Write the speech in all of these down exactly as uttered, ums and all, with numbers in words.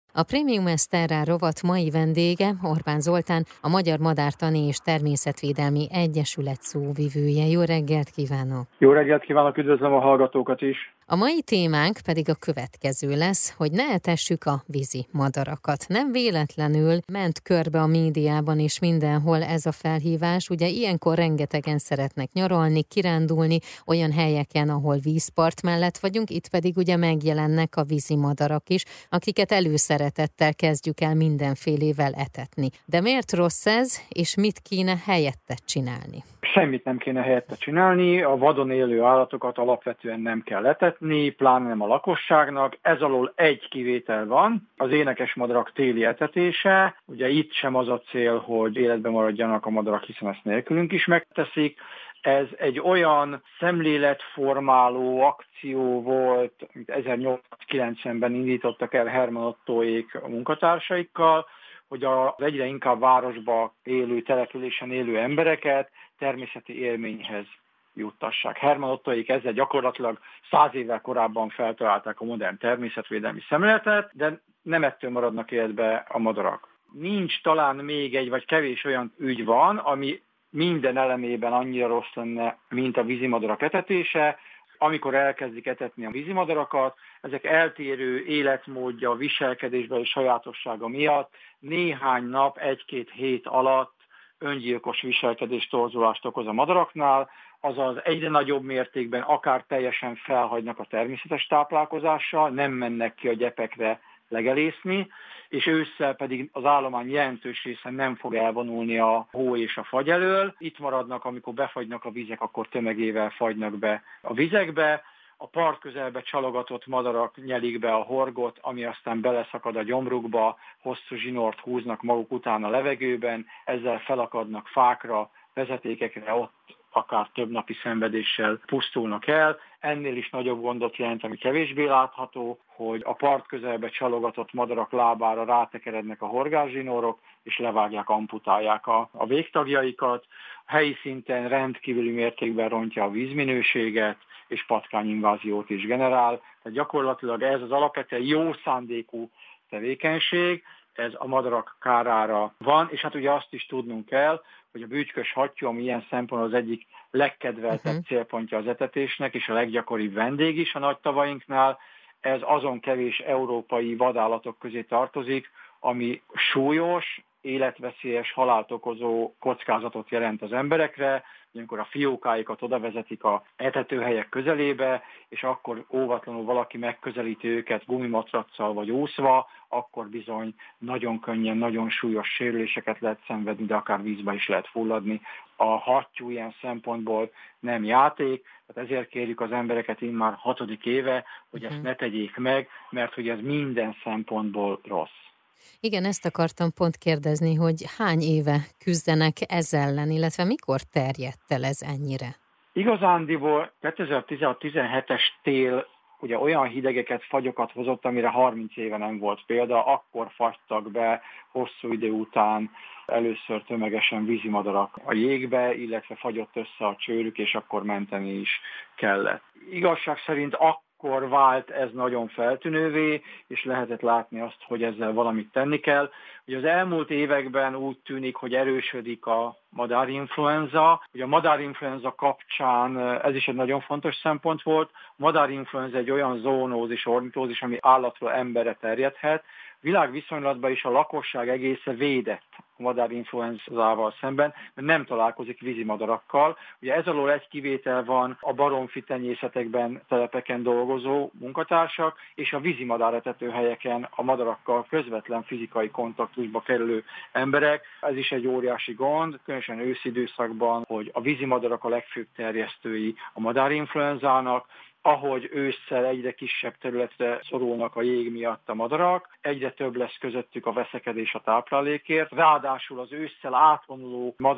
A Prémium Exterra rovat mai vendége Orbán Zoltán, a Magyar Madártani és Természetvédelmi Egyesület szóvivője. Jó reggelt kívánok! Jó reggelt kívánok, üdvözlöm a hallgatókat is! A mai témánk pedig a következő lesz, hogy ne etessük a vízi madarakat. Nem véletlenül ment körbe a médiában és mindenhol ez a felhívás. Ugye ilyenkor rengetegen szeretnek nyaralni, kirándulni olyan helyeken, ahol vízpart mellett vagyunk, itt pedig ugye megjelennek a vízi madarak is, akiket előszeretettel kezdjük el mindenfélével etetni. De miért rossz ez, és mit kéne helyette csinálni? Semmit nem kéne helyette csinálni, a vadon élő állatokat alapvetően nem kell etetni, pláne nem a lakosságnak. Ez alól egy kivétel van, az énekesmadarak téli etetése. Ugye itt sem az a cél, hogy életben maradjanak a madarak, hiszen ezt nélkülünk is megteszik. Ez egy olyan szemléletformáló akció volt, amit ezernyolcszázkilencvenben indítottak el Hermann Ottóék a munkatársaikkal, hogy az egyre inkább városba élő, településen élő embereket természeti élményhez juttassák. Hermann Ottóék ezzel gyakorlatilag száz évvel korábban feltalálták a modern természetvédelmi szemléletet, de nem ettől maradnak életbe a madarak. Nincs talán még egy vagy kevés olyan ügy van, ami minden elemében annyira rossz lenne, mint a vízimadarak etetése. Amikor elkezdik etetni a vízimadarakat, ezek eltérő életmódja, viselkedésbeli sajátossága miatt néhány nap, egy-két hét alatt öngyilkos viselkedés torzulást okoz a madaraknál, azaz egyre nagyobb mértékben akár teljesen felhagynak a természetes táplálkozással, nem mennek ki a gyepekre legelészni, és ősszel pedig az állomány jelentős része nem fog elvonulni a hó és a fagy elől. Itt maradnak, amikor befagynak a vizek, akkor tömegével fagynak be a vizekbe. A part közelbe csalogatott madarak nyelik be a horgot, ami aztán beleszakad a gyomrukba, hosszú zsinort húznak maguk után a levegőben, ezzel felakadnak fákra, vezetékekre, ott akár több napi szenvedéssel pusztulnak el. Ennél is nagyobb gondot jelent, ami kevésbé látható, hogy a part közelbe csalogatott madarak lábára rátekerednek a horgászzsinórok, és levágják, amputálják a, a végtagjaikat. A helyi szinten rendkívüli mértékben rontja a vízminőséget, és patkányinváziót is generál. Tehát gyakorlatilag ez az alapvetően jó szándékú tevékenység, ez a madarak kárára van, és hát ugye azt is tudnunk kell, hogy a bűcskös hattyú, ami ilyen szempontból az egyik legkedveltebb uh-huh. célpontja az etetésnek, és a leggyakoribb vendég is a nagy tavainknál, ez azon kevés európai vadállatok közé tartozik, ami súlyos, életveszélyes, halált okozó kockázatot jelent az emberekre, amikor a fiókáikat oda vezetik a etetőhelyek közelébe, és akkor óvatlanul valaki megközelíti őket gumimatraccal vagy úszva, akkor bizony nagyon könnyen, nagyon súlyos sérüléseket lehet szenvedni, de akár vízbe is lehet fulladni. A hattyú ilyen szempontból nem játék, tehát ezért kérjük az embereket immár hatodik éve, hogy ezt ne tegyék meg, mert hogy ez minden szempontból rossz. Igen, ezt akartam pont kérdezni, hogy hány éve küzdenek ez ellen, illetve mikor terjedt el ez ennyire? Igazándiból kétezer-tizenhat-tizenhetes tél ugye olyan hidegeket, fagyokat hozott, amire harminc éve nem volt példa, akkor fagytak be hosszú idő után először tömegesen vízimadarak a jégbe, illetve fagyott össze a csőrük, és akkor menteni is kellett. Igazság szerint akkor akkor vált ez nagyon feltűnővé, és lehetett látni azt, hogy ezzel valamit tenni kell. Ugye az elmúlt években úgy tűnik, hogy erősödik a madárinfluenza. Ugye a madárinfluenza kapcsán ez is egy nagyon fontos szempont volt. A madárinfluenza egy olyan zoonózis, ornitózis, ami állatról emberre terjedhet. Világviszonylatban is a lakosság egésze védett a madárinfluenzával szemben, mert nem találkozik vízimadarakkal. Ugye ez alól egy kivétel van a baromfi tenyészetekben, telepeken dolgozó munkatársak, és a vízimadáretetőhelyeken a madarakkal közvetlen fizikai kontaktusba kerülő emberek. Ez is egy óriási gond, különösen őszi időszakban, hogy a vízimadarak a legfőbb terjesztői a madárinfluenzának. Ahogy ősszel egyre kisebb területre szorulnak a jég miatt a madarak, egyre több lesz közöttük a veszekedés a táplálékért. Ráadásul az ősszel átvonuló madarak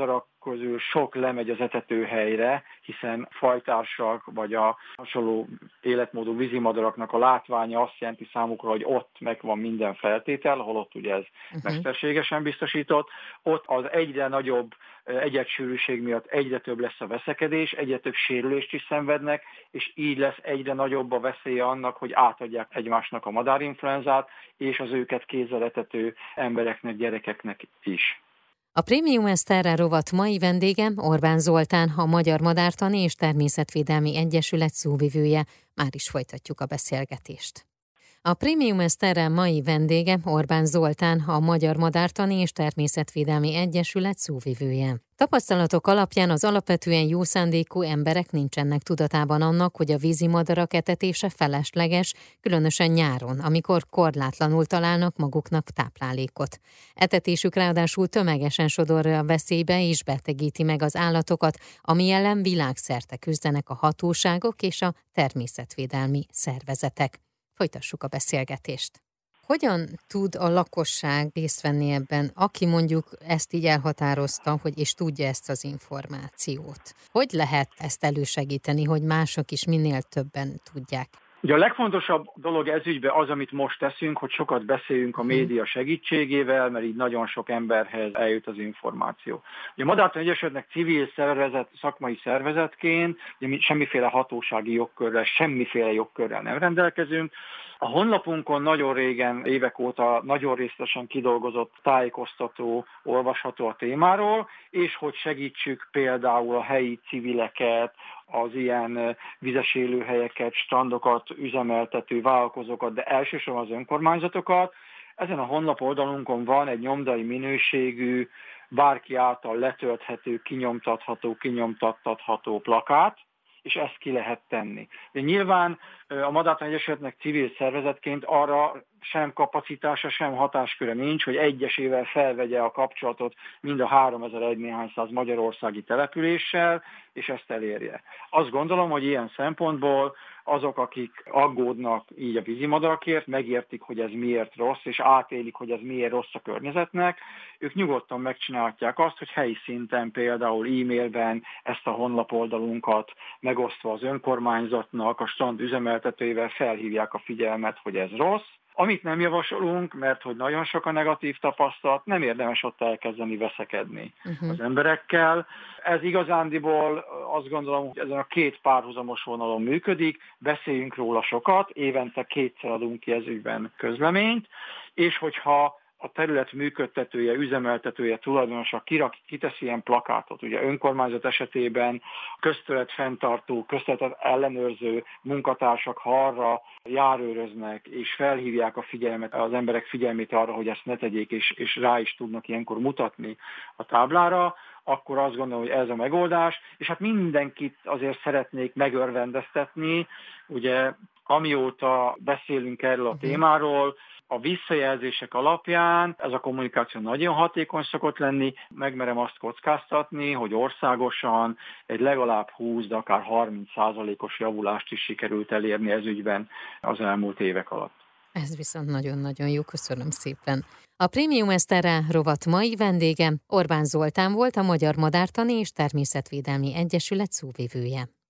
közül sok lemegy az etetőhelyre, hiszen fajtársak vagy a hasonló életmódú vízimadaraknak a látványa azt jelenti számukra, hogy ott megvan minden feltétel, holott ugye ez uh-huh. mesterségesen biztosított. Ott az egyre nagyobb egyetsűrűség miatt egyre több lesz a veszekedés, egyre több sérülést is szenvednek, és így lesz egyre nagyobb a veszélye annak, hogy átadják egymásnak a madárinfluenzát, és az őket kézzel etető embereknek, gyerekeknek is. A Prémium Exterra rovat mai vendége Orbán Zoltán, a Magyar Madártani és Természetvédelmi Egyesület szóvivője. Már is folytatjuk a beszélgetést. A Prémium Exterra mai vendége Orbán Zoltán, a Magyar Madártani és Természetvédelmi Egyesület szóvivője. Tapasztalatok alapján az alapvetően jó szándékú emberek nincsenek tudatában annak, hogy a vízimadarak etetése felesleges, különösen nyáron, amikor korlátlanul találnak maguknak táplálékot. Etetésük ráadásul tömegesen sodorja a veszélybe és betegíti meg az állatokat, ami ellen világszerte küzdenek a hatóságok és a természetvédelmi szervezetek. Folytassuk a beszélgetést. Hogyan tud a lakosság részt venni ebben, aki mondjuk ezt így elhatározta, hogy és tudja ezt az információt? Hogy lehet ezt elősegíteni, hogy mások is minél többen tudják? Ugye a legfontosabb dolog ez ügyben az, amit most teszünk, hogy sokat beszéljünk a média segítségével, mert így nagyon sok emberhez eljut az információ. Ugye a Madártani Egyesületnek civil szervezet, szakmai szervezetként, ugye mi semmiféle hatósági jogkörrel, semmiféle jogkörrel nem rendelkezünk. A honlapunkon nagyon régen, évek óta nagyon részletesen kidolgozott tájékoztató olvasható a témáról, és hogy segítsük például a helyi civileket, az ilyen vizes élőhelyeket, strandokat, üzemeltető vállalkozókat, de elsősorban az önkormányzatokat. Ezen a honlap oldalunkon van egy nyomdai minőségű, bárki által letölthető, kinyomtatható, kinyomtatható plakát, és ezt ki lehet tenni. De nyilván a Madártani Egyesületnek civil szervezetként arra sem kapacitása, sem hatásköre nincs, hogy egyesével felvegye a kapcsolatot mind a háromezer néhány száz magyarországi településsel, és ezt elérje. Azt gondolom, hogy ilyen szempontból azok, akik aggódnak így a vízimadarakért, megértik, hogy ez miért rossz, és átélik, hogy ez miért rossz a környezetnek, ők nyugodtan megcsinálhatják azt, hogy helyi szinten például e-mailben ezt a honlapoldalunkat megosztva az önkormányzatnak, a strand üzemeltetőivel felhívják a figyelmet, hogy ez rossz. Amit nem javasolunk, mert hogy nagyon sok a negatív tapasztalat, nem érdemes ott elkezdeni veszekedni uh-huh. az emberekkel. Ez igazándiból azt gondolom, hogy ezen a két párhuzamos vonalon működik, beszéljünk róla sokat, évente kétszer adunk ki ez ügyben közleményt, és hogyha a terület működtetője, üzemeltetője, tulajdonosa kirak, kiteszi ilyen plakátot. Ugye önkormányzat esetében közterület fenntartó, közterület ellenőrző munkatársak, ha arra járőröznek, és felhívják a figyelmet, az emberek figyelmét arra, hogy ezt ne tegyék, és, és rá is tudnak ilyenkor mutatni a táblára, akkor azt gondolom, hogy ez a megoldás. És hát mindenkit azért szeretnék megörvendeztetni, ugye amióta beszélünk erről a témáról, a visszajelzések alapján ez a kommunikáció nagyon hatékony szokott lenni, megmerem azt kockáztatni, hogy országosan egy legalább húsz, de akár harminc százalékos javulást is sikerült elérni ez ügyben az elmúlt évek alatt. Ez viszont nagyon-nagyon jó, köszönöm szépen. A Prémium Exterra rovat mai vendége Orbán Zoltán volt, a Magyar Madártani és Természetvédelmi Egyesület szóvivője.